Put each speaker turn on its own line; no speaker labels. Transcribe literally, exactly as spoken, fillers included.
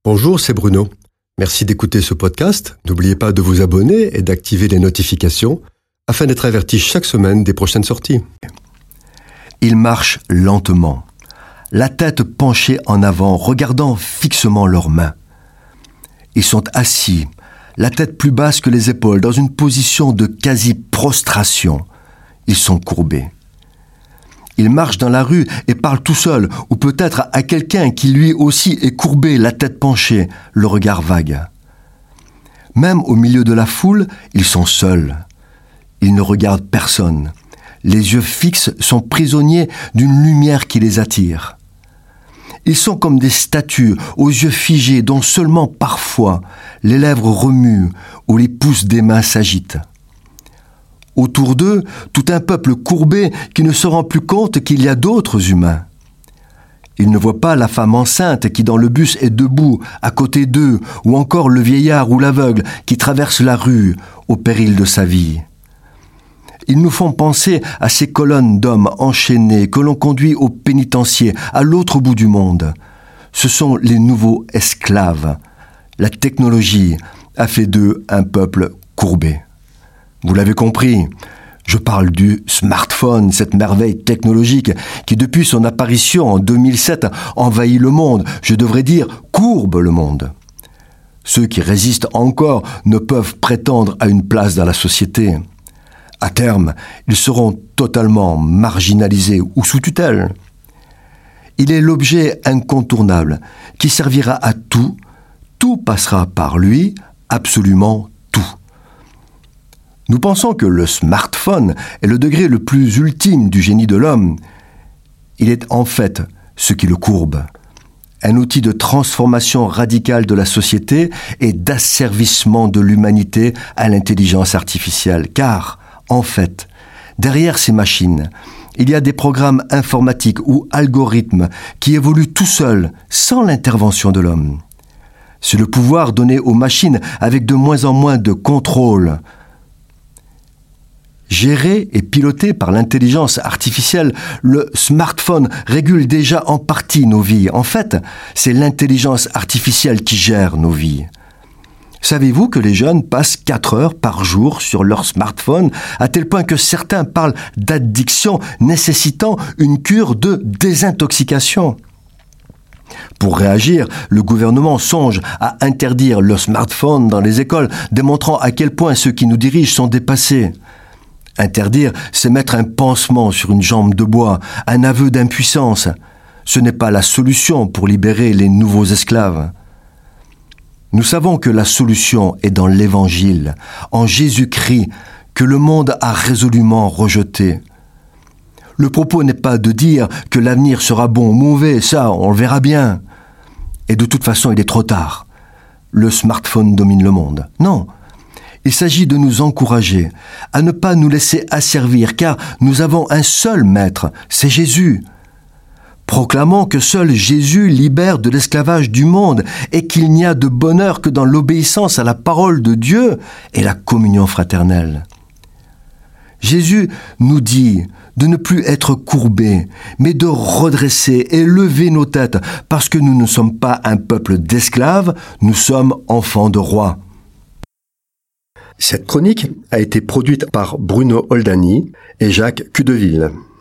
Bonjour, c'est Bruno. Merci d'écouter ce podcast. N'oubliez pas de vous abonner et d'activer les notifications afin d'être averti chaque semaine des prochaines sorties.
Ils marchent lentement, la tête penchée en avant, regardant fixement leurs mains. Ils sont assis, la tête plus basse que les épaules, dans une position de quasi-prostration. Ils sont courbés. Ils marchent dans la rue et parlent tout seuls, ou peut-être à quelqu'un qui lui aussi est courbé, la tête penchée, le regard vague. Même au milieu de la foule, ils sont seuls. Ils ne regardent personne. Les yeux fixes sont prisonniers d'une lumière qui les attire. Ils sont comme des statues aux yeux figés dont seulement parfois les lèvres remuent ou les pouces des mains s'agitent. Autour d'eux, tout un peuple courbé qui ne se rend plus compte qu'il y a d'autres humains. Ils ne voient pas la femme enceinte qui dans le bus est debout à côté d'eux, ou encore le vieillard ou l'aveugle qui traverse la rue au péril de sa vie. Ils nous font penser à ces colonnes d'hommes enchaînés que l'on conduit au pénitencier, à l'autre bout du monde. Ce sont les nouveaux esclaves. La technologie a fait d'eux un peuple courbé. Vous l'avez compris, je parle du smartphone, cette merveille technologique qui depuis son apparition en deux mille sept envahit le monde, je devrais dire courbe le monde. Ceux qui résistent encore ne peuvent prétendre à une place dans la société. À terme, ils seront totalement marginalisés ou sous tutelle. Il est l'objet incontournable qui servira à tout, tout passera par lui, absolument tout. Nous pensons que le smartphone est le degré le plus ultime du génie de l'homme. Il est en fait ce qui le courbe. Un outil de transformation radicale de la société et d'asservissement de l'humanité à l'intelligence artificielle. Car, en fait, derrière ces machines, il y a des programmes informatiques ou algorithmes qui évoluent tout seuls, sans l'intervention de l'homme. C'est le pouvoir donné aux machines avec de moins en moins de contrôle. Géré et piloté par l'intelligence artificielle, le smartphone régule déjà en partie nos vies. En fait, c'est l'intelligence artificielle qui gère nos vies. Savez-vous que les jeunes passent quatre heures par jour sur leur smartphone, à tel point que certains parlent d'addiction nécessitant une cure de désintoxication? Pour réagir, le gouvernement songe à interdire le smartphone dans les écoles, démontrant à quel point ceux qui nous dirigent sont dépassés. Interdire, c'est mettre un pansement sur une jambe de bois, un aveu d'impuissance. Ce n'est pas la solution pour libérer les nouveaux esclaves. Nous savons que la solution est dans l'Évangile, en Jésus-Christ, que le monde a résolument rejeté. Le propos n'est pas de dire que l'avenir sera bon ou mauvais, ça, on le verra bien. Et de toute façon, il est trop tard. Le smartphone domine le monde. Non. Il s'agit de nous encourager à ne pas nous laisser asservir, car nous avons un seul maître, c'est Jésus. Proclamons que seul Jésus libère de l'esclavage du monde et qu'il n'y a de bonheur que dans l'obéissance à la parole de Dieu et la communion fraternelle. Jésus nous dit de ne plus être courbés, mais de redresser et lever nos têtes, parce que nous ne sommes pas un peuple d'esclaves, nous sommes enfants de rois.
Cette chronique a été produite par Bruno Oldani et Jacques Cudeville.